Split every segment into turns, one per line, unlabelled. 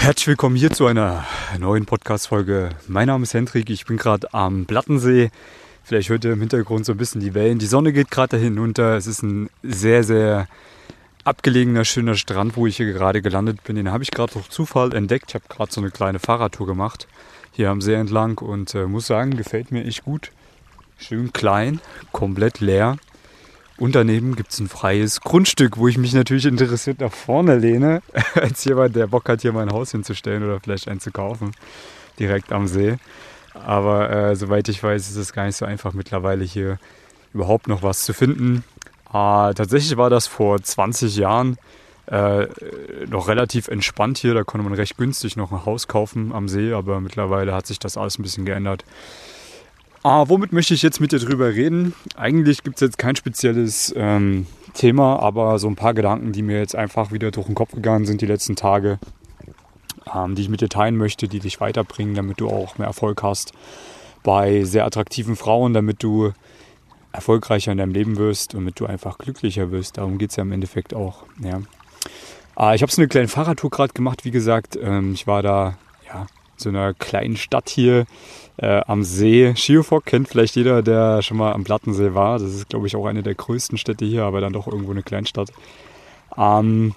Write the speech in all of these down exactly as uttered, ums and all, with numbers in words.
Herzlich willkommen hier zu einer neuen Podcast-Folge. Mein Name ist Hendrik, ich bin gerade am Plattensee. Vielleicht hört ihr im Hintergrund so ein bisschen die Wellen. Die Sonne geht gerade da hinunter. Es ist ein sehr, sehr abgelegener, schöner Strand, wo ich hier gerade gelandet bin. Den habe ich gerade durch Zufall entdeckt. Ich habe gerade so eine kleine Fahrradtour gemacht, hier am See entlang. Und äh, muss sagen, gefällt mir echt gut. Schön klein, komplett leer. Und daneben gibt es ein freies Grundstück, wo ich mich natürlich interessiert nach vorne lehne, als jemand, der Bock hat, hier mein Haus hinzustellen oder vielleicht eins zu kaufen, direkt am See. Aber äh, soweit ich weiß, ist es gar nicht so einfach mittlerweile hier überhaupt noch was zu finden. Äh, tatsächlich war das vor zwanzig Jahren äh, noch relativ entspannt hier. Da konnte man recht günstig noch ein Haus kaufen am See, aber mittlerweile hat sich das alles ein bisschen geändert. Ah, womit möchte ich jetzt mit dir drüber reden? Eigentlich gibt es jetzt kein spezielles ähm, Thema, aber so ein paar Gedanken, die mir jetzt einfach wieder durch den Kopf gegangen sind die letzten Tage, ähm, die ich mit dir teilen möchte, die dich weiterbringen, damit du auch mehr Erfolg hast bei sehr attraktiven Frauen, damit du erfolgreicher in deinem Leben wirst und damit du einfach glücklicher wirst. Darum geht es ja im Endeffekt auch. Ja. Ah, ich habe so eine kleine Fahrradtour gerade gemacht, wie gesagt. Ähm, ich war da ja, in so einer kleinen Stadt hier, Äh, am See. Schiofok kennt vielleicht jeder, der schon mal am Plattensee war. Das ist, glaube ich, auch eine der größten Städte hier, aber dann doch irgendwo eine Kleinstadt. Ähm,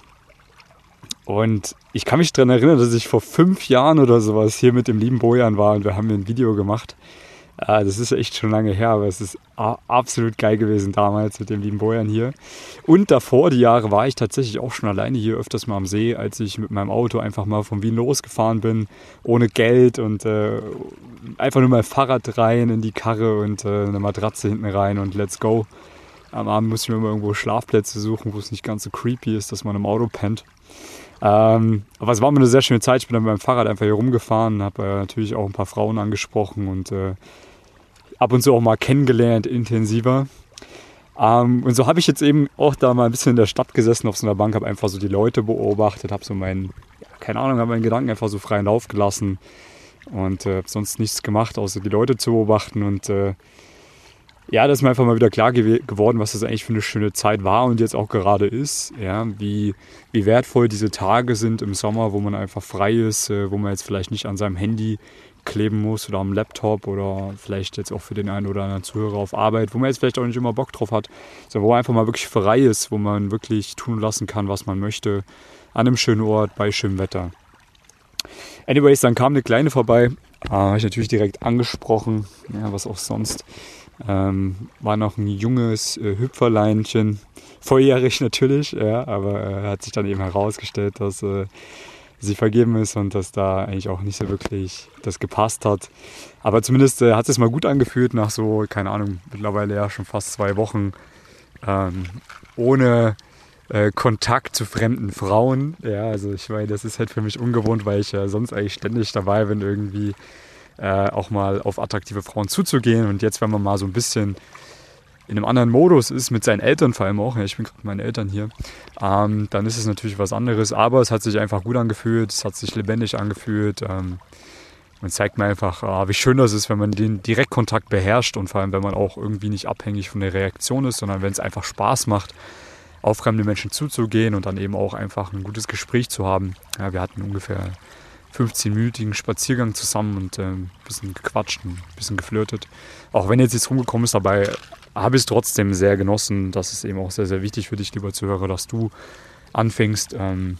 und ich kann mich daran erinnern, dass ich vor fünf Jahren oder sowas hier mit dem lieben Bojan war und wir haben hier ein Video gemacht. Äh, das ist echt schon lange her, aber es ist a- absolut geil gewesen damals mit dem lieben Bojan hier. Und davor, die Jahre, war ich tatsächlich auch schon alleine hier öfters mal am See, als ich mit meinem Auto einfach mal von Wien losgefahren bin, ohne Geld und äh, einfach nur mal Fahrrad rein in die Karre und äh, eine Matratze hinten rein und let's go. Am Abend musste ich mir immer irgendwo Schlafplätze suchen, wo es nicht ganz so creepy ist, dass man im Auto pennt. Ähm, aber es war mir eine sehr schöne Zeit. Ich bin dann mit meinem Fahrrad einfach hier rumgefahren, habe äh, natürlich auch ein paar Frauen angesprochen und äh, ab und zu auch mal kennengelernt, intensiver. Ähm, und so habe ich jetzt eben auch da mal ein bisschen in der Stadt gesessen auf so einer Bank, habe einfach so die Leute beobachtet, habe so meinen, ja, keine Ahnung, habe meinen Gedanken einfach so freien Lauf gelassen. Und äh, habe sonst nichts gemacht, außer die Leute zu beobachten. Und äh, ja, da ist mir einfach mal wieder klar gew- geworden, was das eigentlich für eine schöne Zeit war und jetzt auch gerade ist. Ja, wie, wie wertvoll diese Tage sind im Sommer, wo man einfach frei ist, äh, wo man jetzt vielleicht nicht an seinem Handy kleben muss oder am Laptop oder vielleicht jetzt auch für den einen oder anderen Zuhörer auf Arbeit, wo man jetzt vielleicht auch nicht immer Bock drauf hat, sondern wo man einfach mal wirklich frei ist, wo man wirklich tun lassen kann, was man möchte, an einem schönen Ort, bei schönem Wetter. Anyways, dann kam eine Kleine vorbei, äh, habe ich natürlich direkt angesprochen, ja, was auch sonst. Ähm, war noch ein junges äh, Hüpferleinchen, volljährig natürlich, ja, aber äh, hat sich dann eben herausgestellt, dass äh, sie vergeben ist und dass da eigentlich auch nicht so wirklich das gepasst hat. Aber zumindest äh, hat es mal gut angefühlt nach so, keine Ahnung, mittlerweile ja schon fast zwei Wochen ähm, ohne Äh, Kontakt zu fremden Frauen. Ja, also ich meine, das ist halt für mich ungewohnt, weil ich ja sonst eigentlich ständig dabei bin, irgendwie äh, auch mal auf attraktive Frauen zuzugehen. Und jetzt, wenn man mal so ein bisschen in einem anderen Modus ist, mit seinen Eltern vor allem auch, ja, ich bin gerade mit meinen Eltern hier, ähm, dann ist es natürlich was anderes. Aber es hat sich einfach gut angefühlt, es hat sich lebendig angefühlt. Ähm, man zeigt mir einfach, äh, wie schön das ist, wenn man den Direktkontakt beherrscht und vor allem, wenn man auch irgendwie nicht abhängig von der Reaktion ist, sondern wenn es einfach Spaß macht, auf fremde Menschen zuzugehen und dann eben auch einfach ein gutes Gespräch zu haben. Ja, wir hatten ungefähr fünfzehnminütigen Spaziergang zusammen und äh, ein bisschen gequatscht, ein bisschen geflirtet. Auch wenn jetzt nichts rumgekommen ist, dabei habe ich es trotzdem sehr genossen. Das ist eben auch sehr, sehr wichtig für dich, lieber Zuhörer, dass du anfängst, ähm,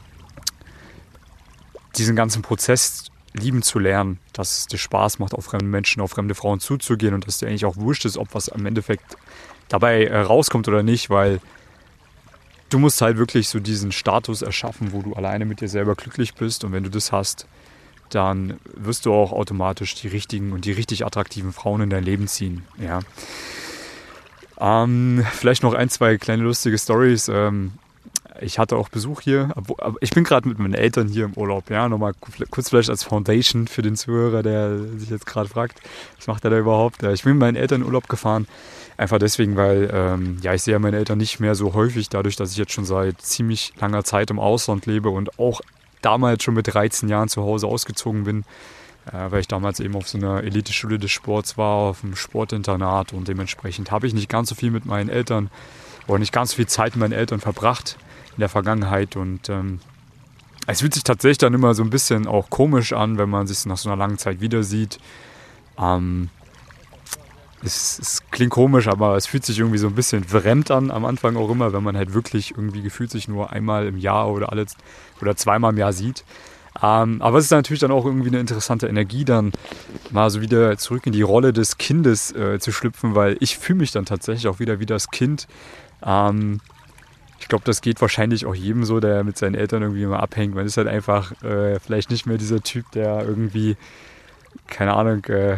diesen ganzen Prozess lieben zu lernen, dass es dir Spaß macht, auf fremde Menschen, auf fremde Frauen zuzugehen und dass dir eigentlich auch wurscht ist, ob was im Endeffekt dabei äh, rauskommt oder nicht, weil du musst halt wirklich so diesen Status erschaffen, wo du alleine mit dir selber glücklich bist. Und wenn du das hast, dann wirst du auch automatisch die richtigen und die richtig attraktiven Frauen in dein Leben ziehen. Ja. Ähm, vielleicht noch ein, zwei kleine lustige Storys. Ähm, ich hatte auch Besuch hier. Ich bin gerade mit meinen Eltern hier im Urlaub. Ja, nochmal kurz vielleicht als Foundation für den Zuhörer, der sich jetzt gerade fragt, was macht er da überhaupt? Ich bin mit meinen Eltern in Urlaub gefahren. Einfach deswegen, weil ähm, ja, ich sehe ja meine Eltern nicht mehr so häufig, dadurch, dass ich jetzt schon seit ziemlich langer Zeit im Ausland lebe und auch damals schon mit dreizehn Jahren zu Hause ausgezogen bin, äh, weil ich damals eben auf so einer Eliteschule des Sports war, auf einem Sportinternat und dementsprechend habe ich nicht ganz so viel mit meinen Eltern oder nicht ganz so viel Zeit mit meinen Eltern verbracht in der Vergangenheit und ähm, es fühlt sich tatsächlich dann immer so ein bisschen auch komisch an, wenn man sich nach so einer langen Zeit wieder sieht. Ähm, es, es klingt komisch, aber es fühlt sich irgendwie so ein bisschen fremd an am Anfang auch immer, wenn man halt wirklich irgendwie gefühlt sich nur einmal im Jahr oder alle oder zweimal im Jahr sieht. Ähm, aber es ist natürlich dann auch irgendwie eine interessante Energie, dann mal so wieder zurück in die Rolle des Kindes äh, zu schlüpfen, weil ich fühle mich dann tatsächlich auch wieder wie das Kind. Ähm, ich glaube, das geht wahrscheinlich auch jedem so, der mit seinen Eltern irgendwie immer abhängt. Man ist halt einfach äh, vielleicht nicht mehr dieser Typ, der irgendwie, keine Ahnung, äh,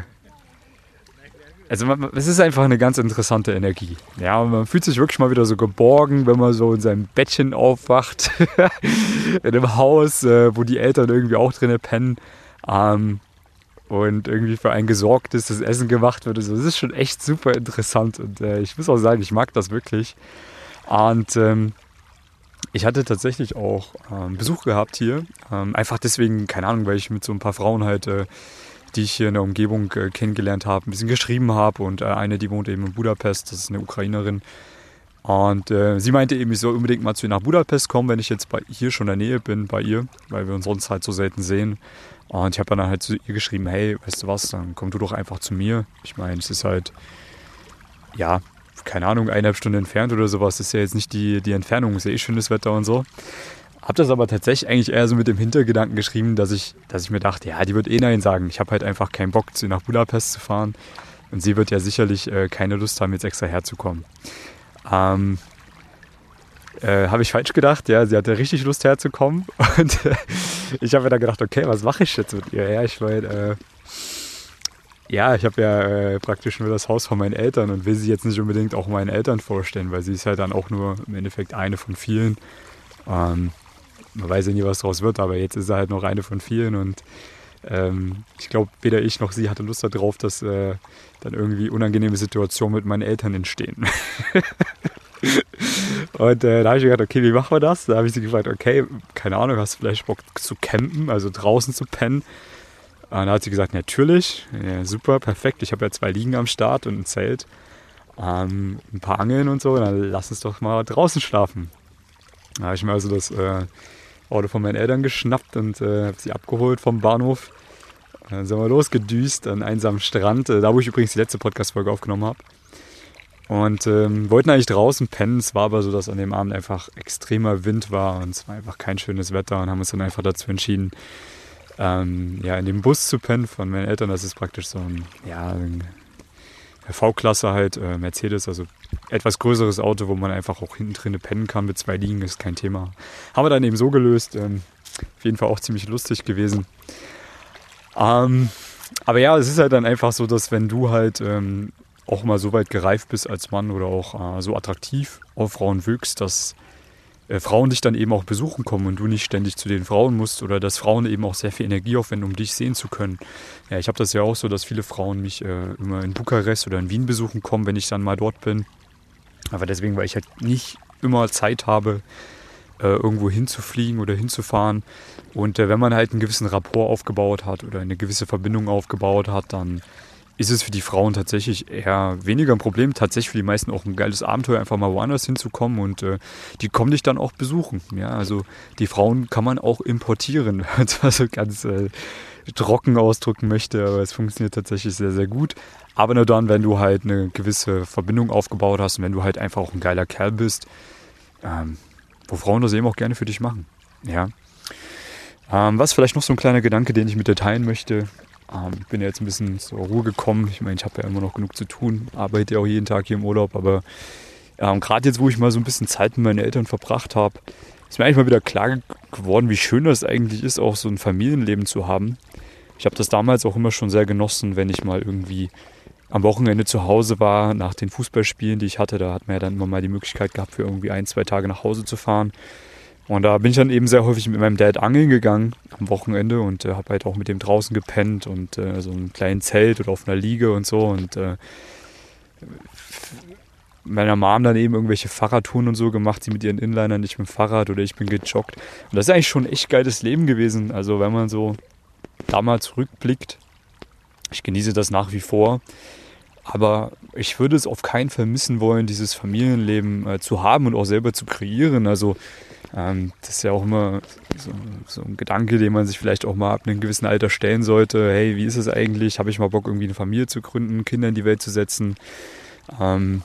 also man, es ist einfach eine ganz interessante Energie. Ja, man fühlt sich wirklich mal wieder so geborgen, wenn man so in seinem Bettchen aufwacht, in einem Haus, äh, wo die Eltern irgendwie auch drinnen pennen ähm, und irgendwie für einen gesorgt ist, das Essen gemacht wird. Also, das ist schon echt super interessant und äh, ich muss auch sagen, ich mag das wirklich. Und ähm, ich hatte tatsächlich auch ähm, Besuch gehabt hier, ähm, einfach deswegen, keine Ahnung, weil ich mit so ein paar Frauen halt äh, die ich hier in der Umgebung äh, kennengelernt habe, ein bisschen geschrieben habe und äh, eine, die wohnt eben in Budapest, das ist eine Ukrainerin und äh, sie meinte eben, ich soll unbedingt mal zu ihr nach Budapest kommen, wenn ich jetzt bei hier schon in der Nähe bin, bei ihr, weil wir uns sonst halt so selten sehen und ich habe dann halt zu ihr geschrieben, hey, weißt du was, dann komm du doch einfach zu mir, ich meine, es ist halt, ja, keine Ahnung, eineinhalb Stunden entfernt oder sowas, das ist ja jetzt nicht die, die Entfernung, ist ja eh schönes Wetter und so. Habe das aber tatsächlich eigentlich eher so mit dem Hintergedanken geschrieben, dass ich, dass ich mir dachte, ja, die wird eh Nein sagen. Ich habe halt einfach keinen Bock, nach Budapest zu fahren. Und sie wird ja sicherlich äh, keine Lust haben, jetzt extra herzukommen. Ähm, äh, habe ich falsch gedacht. Ja, sie hatte richtig Lust herzukommen. Und äh, ich habe mir dann gedacht, okay, was mache ich jetzt mit ihr? Ja, ich meine, äh, ja, ich habe ja äh, praktisch nur das Haus von meinen Eltern und will sie jetzt nicht unbedingt auch meinen Eltern vorstellen, weil sie ist halt dann auch nur im Endeffekt eine von vielen. Ähm, Man weiß ja nie, was daraus wird, aber jetzt ist er halt noch eine von vielen und ähm, ich glaube, weder ich noch sie hatte Lust darauf, dass äh, dann irgendwie unangenehme Situationen mit meinen Eltern entstehen. Und äh, da habe ich mir gedacht, okay, wie machen wir das? Da habe ich sie gefragt, okay, keine Ahnung, hast du vielleicht Bock zu campen, also draußen zu pennen? Und dann hat sie gesagt, natürlich, ja, super, perfekt, ich habe ja zwei Liegen am Start und ein Zelt, ähm, ein paar Angeln und so, dann lass uns doch mal draußen schlafen. Da habe ich mir also das äh, Auto von meinen Eltern geschnappt und äh, habe sie abgeholt vom Bahnhof. Dann sind wir losgedüst an einen einsamen Strand, äh, da wo ich übrigens die letzte Podcast-Folge aufgenommen habe. Und ähm, wollten eigentlich draußen pennen. Es war aber so, dass an dem Abend einfach extremer Wind war und es war einfach kein schönes Wetter und haben uns dann einfach dazu entschieden, ähm, ja, in dem Bus zu pennen von meinen Eltern. Das ist praktisch so ein, ja, ein V-Klasse halt, äh, Mercedes, also etwas größeres Auto, wo man einfach auch hinten drin pennen kann mit zwei Liegen, ist kein Thema. Haben wir dann eben so gelöst, ähm, auf jeden Fall auch ziemlich lustig gewesen. Ähm, aber ja, es ist halt dann einfach so, dass wenn du halt ähm, auch mal so weit gereift bist als Mann oder auch äh, so attraktiv auf Frauen wirkst, dass äh, Frauen dich dann eben auch besuchen kommen und du nicht ständig zu den Frauen musst oder dass Frauen eben auch sehr viel Energie aufwenden, um dich sehen zu können. Ja, ich habe das ja auch so, dass viele Frauen mich äh, immer in Bukarest oder in Wien besuchen kommen, wenn ich dann mal dort bin. Aber deswegen, weil ich halt nicht immer Zeit habe, äh, irgendwo hinzufliegen oder hinzufahren. Und äh, wenn man halt einen gewissen Rapport aufgebaut hat oder eine gewisse Verbindung aufgebaut hat, dann ist es für die Frauen tatsächlich eher weniger ein Problem. Tatsächlich für die meisten auch ein geiles Abenteuer, einfach mal woanders hinzukommen und äh, die kommen dich dann auch besuchen. Ja, also die Frauen kann man auch importieren, wenn man es mal so ganz äh, trocken ausdrücken möchte, aber es funktioniert tatsächlich sehr, sehr gut. Aber nur dann, wenn du halt eine gewisse Verbindung aufgebaut hast und wenn du halt einfach auch ein geiler Kerl bist, ähm, wo Frauen das eben auch gerne für dich machen. Ja. Ähm, was vielleicht noch so ein kleiner Gedanke, den ich mit dir teilen möchte. Ähm, ich bin ja jetzt ein bisschen zur Ruhe gekommen. Ich meine, ich habe ja immer noch genug zu tun, arbeite ja auch jeden Tag hier im Urlaub, aber ähm, gerade jetzt, wo ich mal so ein bisschen Zeit mit meinen Eltern verbracht habe, ist mir eigentlich mal wieder klar geworden, wie schön das eigentlich ist, auch so ein Familienleben zu haben. Ich habe das damals auch immer schon sehr genossen, wenn ich mal irgendwie am Wochenende zu Hause war, nach den Fußballspielen, die ich hatte. Da hat man ja dann immer mal die Möglichkeit gehabt, für irgendwie ein, zwei Tage nach Hause zu fahren. Und da bin ich dann eben sehr häufig mit meinem Dad angeln gegangen am Wochenende und äh, habe halt auch mit dem draußen gepennt und äh, so einem kleinen Zelt oder auf einer Liege und so. Und äh, meiner Mom dann eben irgendwelche Fahrradtouren und so gemacht, sie mit ihren Inlinern, nicht mit dem Fahrrad oder ich bin gejoggt. Und das ist eigentlich schon ein echt geiles Leben gewesen. Also wenn man so damals zurückblickt, ich genieße das nach wie vor. Aber ich würde es auf keinen Fall missen wollen, dieses Familienleben äh, zu haben und auch selber zu kreieren. Also ähm, das ist ja auch immer so, so ein Gedanke, den man sich vielleicht auch mal ab einem gewissen Alter stellen sollte. Hey, wie ist es eigentlich? Habe ich mal Bock, irgendwie eine Familie zu gründen, Kinder in die Welt zu setzen? Ähm,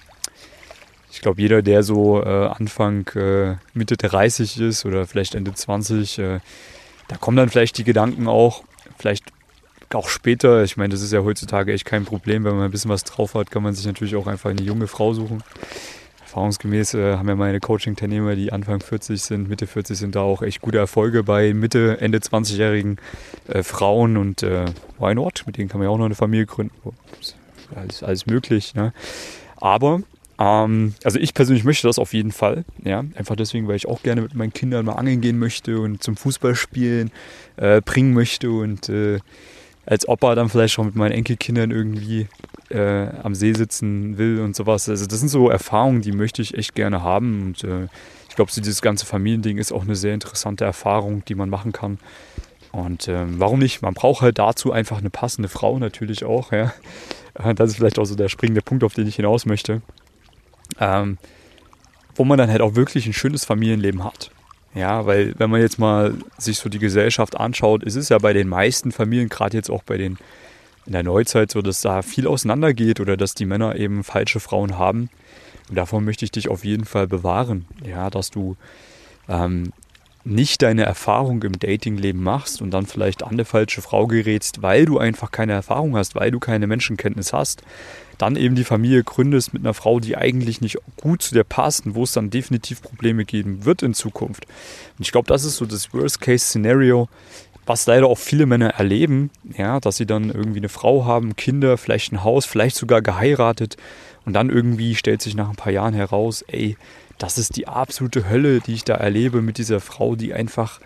ich glaube, jeder, der so äh, Anfang, äh, Mitte dreißig ist oder vielleicht Ende zwanzig, äh, da kommen dann vielleicht die Gedanken auch, vielleicht auch später. Ich meine, das ist ja heutzutage echt kein Problem. Wenn man ein bisschen was drauf hat, kann man sich natürlich auch einfach eine junge Frau suchen. Erfahrungsgemäß äh, haben ja meine Coaching-Teilnehmer, die Anfang vierzig sind, Mitte vierzig sind, da auch echt gute Erfolge bei Mitte, Ende zwanzigjährigen äh, Frauen. Und äh, why not? Mit denen kann man ja auch noch eine Familie gründen. Alles, alles möglich. Ne? Aber ähm, also ich persönlich möchte das auf jeden Fall. Ja? Einfach deswegen, weil ich auch gerne mit meinen Kindern mal angeln gehen möchte und zum Fußballspielen äh, bringen möchte und äh, als Opa dann vielleicht schon mit meinen Enkelkindern irgendwie äh, am See sitzen will und sowas. Also das sind so Erfahrungen, die möchte ich echt gerne haben. Und äh, ich glaube, so dieses ganze Familiending ist auch eine sehr interessante Erfahrung, die man machen kann. Und äh, warum nicht? Man braucht halt dazu einfach eine passende Frau natürlich auch. Ja? Das ist vielleicht auch so der springende Punkt, auf den ich hinaus möchte. Ähm, wo man dann halt auch wirklich ein schönes Familienleben hat. Ja, weil wenn man jetzt mal sich so die Gesellschaft anschaut, ist es ja bei den meisten Familien, gerade jetzt auch bei den in der Neuzeit so, dass da viel auseinandergeht oder dass die Männer eben falsche Frauen haben. Und davon möchte ich dich auf jeden Fall bewahren. Ja, dass du ähm, nicht deine Erfahrung im Datingleben machst und dann vielleicht an eine falsche Frau gerätst, weil du einfach keine Erfahrung hast, weil du keine Menschenkenntnis hast. Dann eben die Familie gründest mit einer Frau, die eigentlich nicht gut zu dir passt und wo es dann definitiv Probleme geben wird in Zukunft. Und ich glaube, das ist so das Worst-Case-Szenario, was leider auch viele Männer erleben, ja, dass sie dann irgendwie eine Frau haben, Kinder, vielleicht ein Haus, vielleicht sogar geheiratet und dann irgendwie stellt sich nach ein paar Jahren heraus, ey, das ist die absolute Hölle, die ich da erlebe mit dieser Frau, die einfach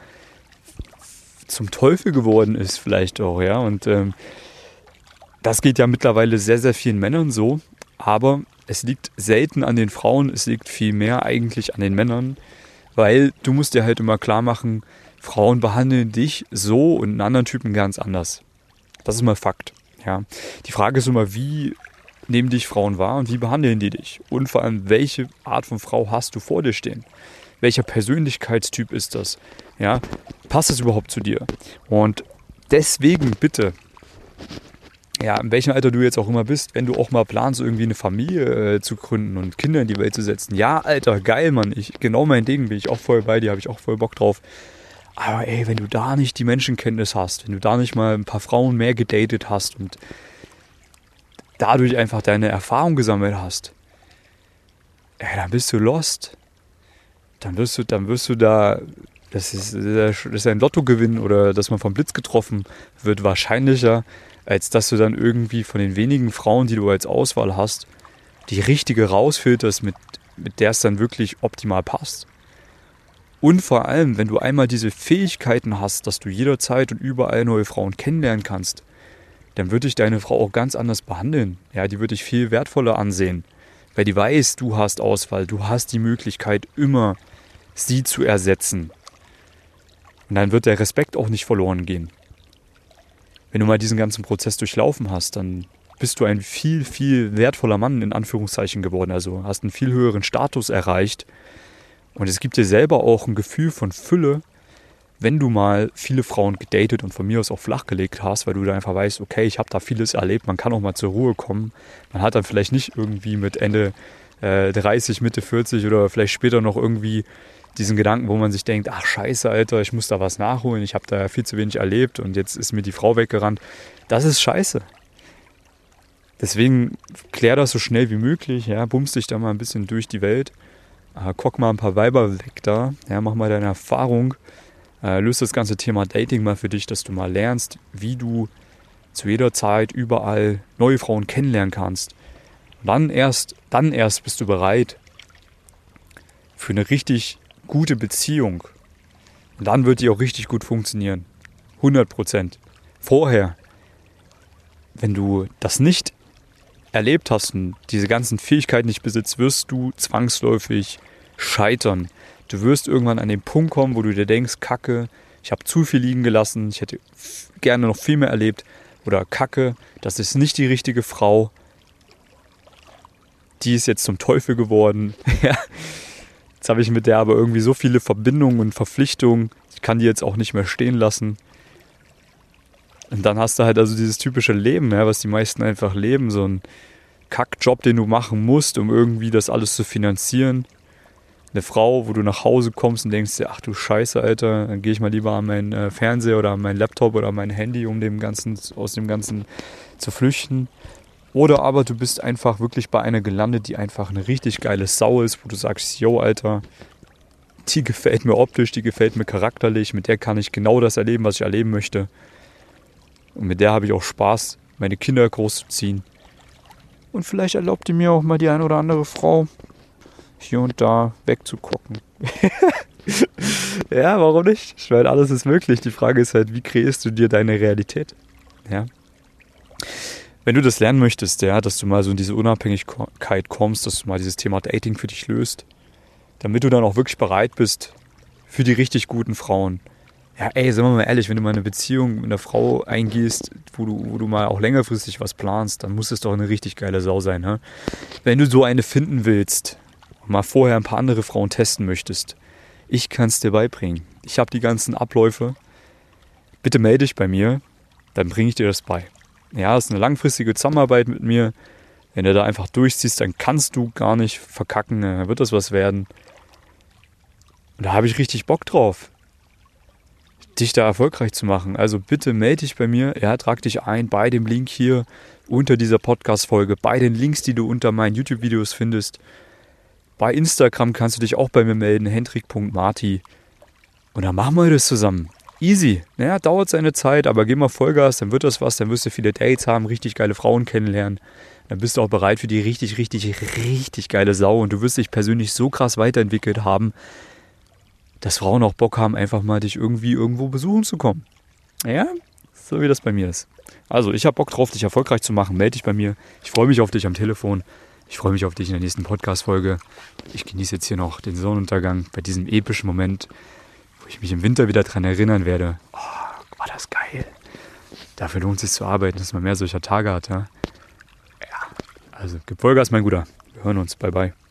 zum Teufel geworden ist vielleicht auch, ja, und ähm, das geht ja mittlerweile sehr, sehr vielen Männern so, aber es liegt selten an den Frauen, es liegt viel mehr eigentlich an den Männern, weil du musst dir halt immer klar machen, Frauen behandeln dich so und einen anderen Typen ganz anders. Das ist mal Fakt. Ja. Die Frage ist immer, wie nehmen dich Frauen wahr und wie behandeln die dich? Und vor allem, welche Art von Frau hast du vor dir stehen? Welcher Persönlichkeitstyp ist das? Ja. Passt das überhaupt zu dir? Und deswegen bitte, ja, in welchem Alter du jetzt auch immer bist, wenn du auch mal planst, irgendwie eine Familie äh, zu gründen und Kinder in die Welt zu setzen. Ja, Alter, geil, Mann. Ich, genau mein Ding, bin ich auch voll bei dir, habe ich auch voll Bock drauf. Aber ey, wenn du da nicht die Menschenkenntnis hast, wenn du da nicht mal ein paar Frauen mehr gedatet hast und dadurch einfach deine Erfahrung gesammelt hast, ey, dann bist du lost. Dann wirst du, dann wirst du da, das ist, das ist ein Lottogewinn oder dass man vom Blitz getroffen wird, wahrscheinlicher, als dass du dann irgendwie von den wenigen Frauen, die du als Auswahl hast, die richtige rausfilterst, mit, mit der es dann wirklich optimal passt. Und vor allem, wenn du einmal diese Fähigkeiten hast, dass du jederzeit und überall neue Frauen kennenlernen kannst, dann wird dich deine Frau auch ganz anders behandeln. Ja, die wird dich viel wertvoller ansehen, weil die weiß, du hast Auswahl, du hast die Möglichkeit, immer sie zu ersetzen. Und dann wird der Respekt auch nicht verloren gehen. Wenn du mal diesen ganzen Prozess durchlaufen hast, dann bist du ein viel, viel wertvoller Mann in Anführungszeichen geworden. Also hast einen viel höheren Status erreicht. Und es gibt dir selber auch ein Gefühl von Fülle, wenn du mal viele Frauen gedatet und von mir aus auch flachgelegt hast, weil du da einfach weißt, okay, ich habe da vieles erlebt, man kann auch mal zur Ruhe kommen. Man hat dann vielleicht nicht irgendwie mit Ende äh, dreißig, Mitte vierzig oder vielleicht später noch irgendwie diesen Gedanken, wo man sich denkt, ach scheiße, Alter, ich muss da was nachholen, ich habe da viel zu wenig erlebt und jetzt ist mir die Frau weggerannt. Das ist scheiße. Deswegen klär das so schnell wie möglich, ja, bumst dich da mal ein bisschen durch die Welt, äh, guck mal ein paar Weiber weg da, ja, mach mal deine Erfahrung, äh, löst das ganze Thema Dating mal für dich, dass du mal lernst, wie du zu jeder Zeit überall neue Frauen kennenlernen kannst. Und dann erst, dann erst bist du bereit für eine richtig gute Beziehung. Und dann wird die auch richtig gut funktionieren. hundert Prozent. Vorher, wenn du das nicht erlebt hast und diese ganzen Fähigkeiten nicht besitzt, wirst du zwangsläufig scheitern. Du wirst irgendwann an den Punkt kommen, wo du dir denkst, Kacke, ich habe zu viel liegen gelassen, ich hätte gerne noch viel mehr erlebt. Oder Kacke, das ist nicht die richtige Frau. die ist jetzt zum Teufel geworden. Jetzt habe ich mit der aber irgendwie so viele Verbindungen und Verpflichtungen. Ich kann die jetzt auch nicht mehr stehen lassen. Und dann hast du halt also dieses typische Leben, ja, was die meisten einfach leben. So ein Kackjob, den du machen musst, um irgendwie das alles zu finanzieren. Eine Frau, wo du nach Hause kommst und denkst dir, ach du Scheiße, Alter, dann gehe ich mal lieber an meinen äh, Fernseher oder an meinen Laptop oder an mein Handy, um dem Ganzen, aus dem Ganzen zu flüchten. Oder aber du bist einfach wirklich bei einer gelandet, die einfach eine richtig geile Sau ist, wo du sagst, yo, Alter, die gefällt mir optisch, die gefällt mir charakterlich, mit der kann ich genau das erleben, was ich erleben möchte. Und mit der habe ich auch Spaß, meine Kinder großzuziehen. Und vielleicht erlaubt die mir auch mal die eine oder andere Frau, hier und da wegzugucken. Ja, warum nicht? Ich meine, alles ist möglich. Die Frage ist halt, wie kreierst du dir deine Realität? Ja. Wenn du das lernen möchtest, ja, dass du mal so in diese Unabhängigkeit kommst, dass du mal dieses Thema Dating für dich löst, damit du dann auch wirklich bereit bist für die richtig guten Frauen. Ja, ey, sagen wir mal ehrlich, wenn du mal eine Beziehung mit einer Frau eingehst, wo du, wo du mal auch längerfristig was planst, dann muss es doch eine richtig geile Sau sein. Ne? Wenn du so eine finden willst, mal vorher ein paar andere Frauen testen möchtest, ich kann es dir beibringen. Ich habe die ganzen Abläufe. Bitte melde dich bei mir, dann bringe ich dir das bei. Ja, das ist eine langfristige Zusammenarbeit mit mir. Wenn du da einfach durchziehst, dann kannst du gar nicht verkacken, dann wird das was werden. Und da habe ich richtig Bock drauf, dich da erfolgreich zu machen. Also bitte melde dich bei mir, ja, trag dich ein bei dem Link hier unter dieser Podcast-Folge, bei den Links, die du unter meinen YouTube-Videos findest. Bei Instagram kannst du dich auch bei mir melden, hendrik punkt marti. Und dann machen wir das zusammen. Easy. Ja, dauert seine Zeit, aber geh mal Vollgas, dann wird das was, dann wirst du viele Dates haben, richtig geile Frauen kennenlernen. Dann bist du auch bereit für die richtig, richtig, richtig geile Sau. Und du wirst dich persönlich so krass weiterentwickelt haben, dass Frauen auch Bock haben, einfach mal dich irgendwie irgendwo besuchen zu kommen. Ja, so wie das bei mir ist. Also, ich habe Bock drauf, dich erfolgreich zu machen. Melde dich bei mir. Ich freue mich auf dich am Telefon. Ich freue mich auf dich in der nächsten Podcast-Folge. Ich genieße jetzt hier noch den Sonnenuntergang bei diesem epischen Moment, wo ich mich im Winter wieder dran erinnern werde. Oh, war das geil. Dafür lohnt es sich zu arbeiten, dass man mehr solcher Tage hat. Ja, ja. Also, gib Vollgas, mein Guter. Wir hören uns. Bye, bye.